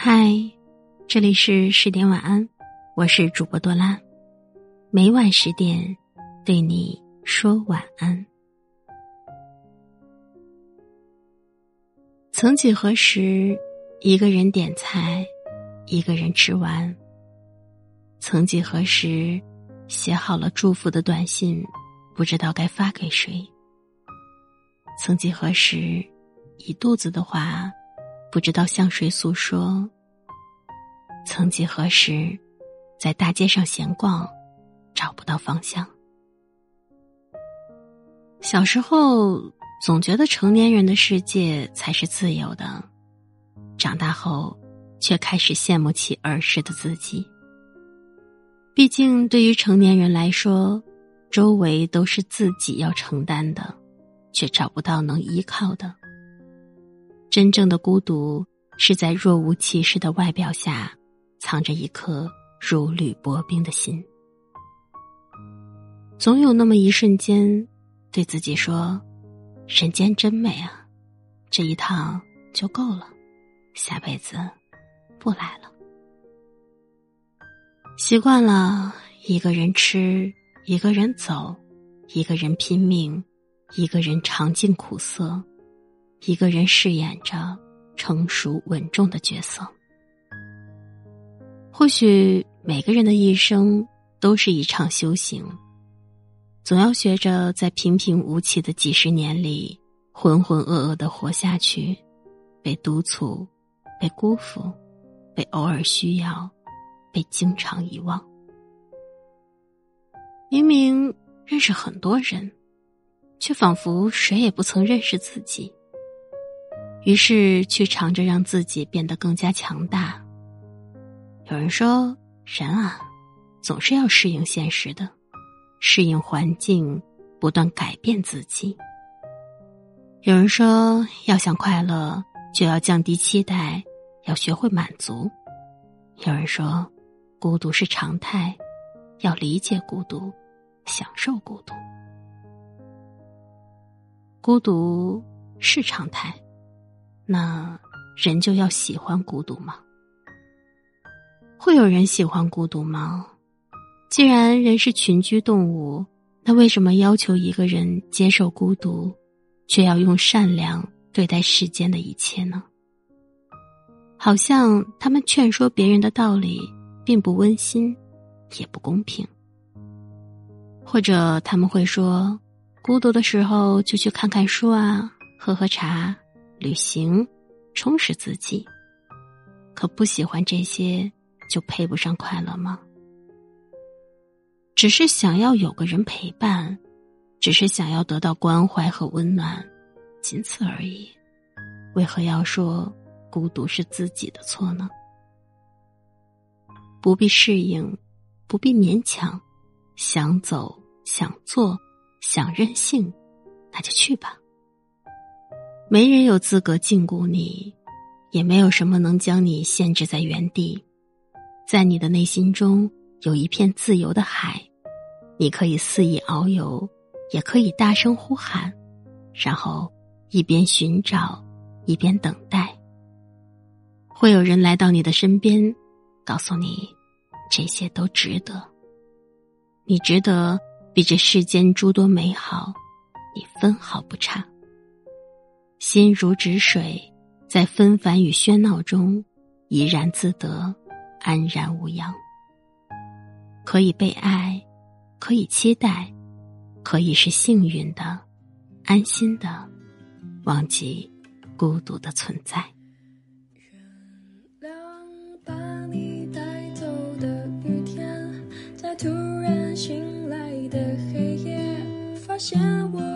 嗨，这里是10点晚安，我是主播多拉，每晚10点对你说晚安。曾几何时，一个人点菜，一个人吃完。曾几何时，写好了祝福的短信，不知道该发给谁。曾几何时，一肚子的话，不知道向谁诉说。曾几何时，在大街上闲逛，找不到方向。小时候总觉得成年人的世界才是自由的，长大后却开始羡慕起儿时的自己。毕竟对于成年人来说，周围都是自己要承担的，却找不到能依靠的。真正的孤独是在若无其事的外表下藏着一颗如履薄冰的心。总有那么一瞬间对自己说，人间真美啊，这一趟就够了，下辈子不来了。习惯了一个人吃，一个人走，一个人拼命，一个人尝尽苦涩，一个人饰演着成熟稳重的角色。或许每个人的一生都是一场修行，总要学着在平平无奇的几十年里浑浑噩噩地活下去，被督促，被辜负，被偶尔需要，被经常遗忘。明明认识很多人，却仿佛谁也不曾认识自己，于是去尝着让自己变得更加强大。有人说，人啊，总是要适应现实的，适应环境，不断改变自己。有人说，要想快乐，就要降低期待，要学会满足。有人说，孤独是常态，要理解孤独，享受孤独。孤独是常态，那人就要喜欢孤独吗？会有人喜欢孤独吗？既然人是群居动物，那为什么要求一个人接受孤独，却要用善良对待世间的一切呢？好像他们劝说别人的道理并不温馨，也不公平。或者他们会说，孤独的时候就去看看书啊，喝喝茶，旅行，充实自己。可不喜欢这些，就配不上快乐吗？只是想要有个人陪伴，只是想要得到关怀和温暖，仅此而已。为何要说孤独是自己的错呢？不必适应，不必勉强，想走，想做，想任性，那就去吧。没人有资格禁锢你，也没有什么能将你限制在原地。在你的内心中有一片自由的海，你可以肆意遨游，也可以大声呼喊，然后一边寻找，一边等待。会有人来到你的身边，告诉你这些都值得。你值得比这世间诸多美好，你分毫不差。心如止水，在纷繁与喧闹中怡然自得，安然无恙。可以被爱，可以期待，可以是幸运的，安心的，忘记孤独的存在。 原谅把你带走的雨天，在突然醒来的黑夜，发现我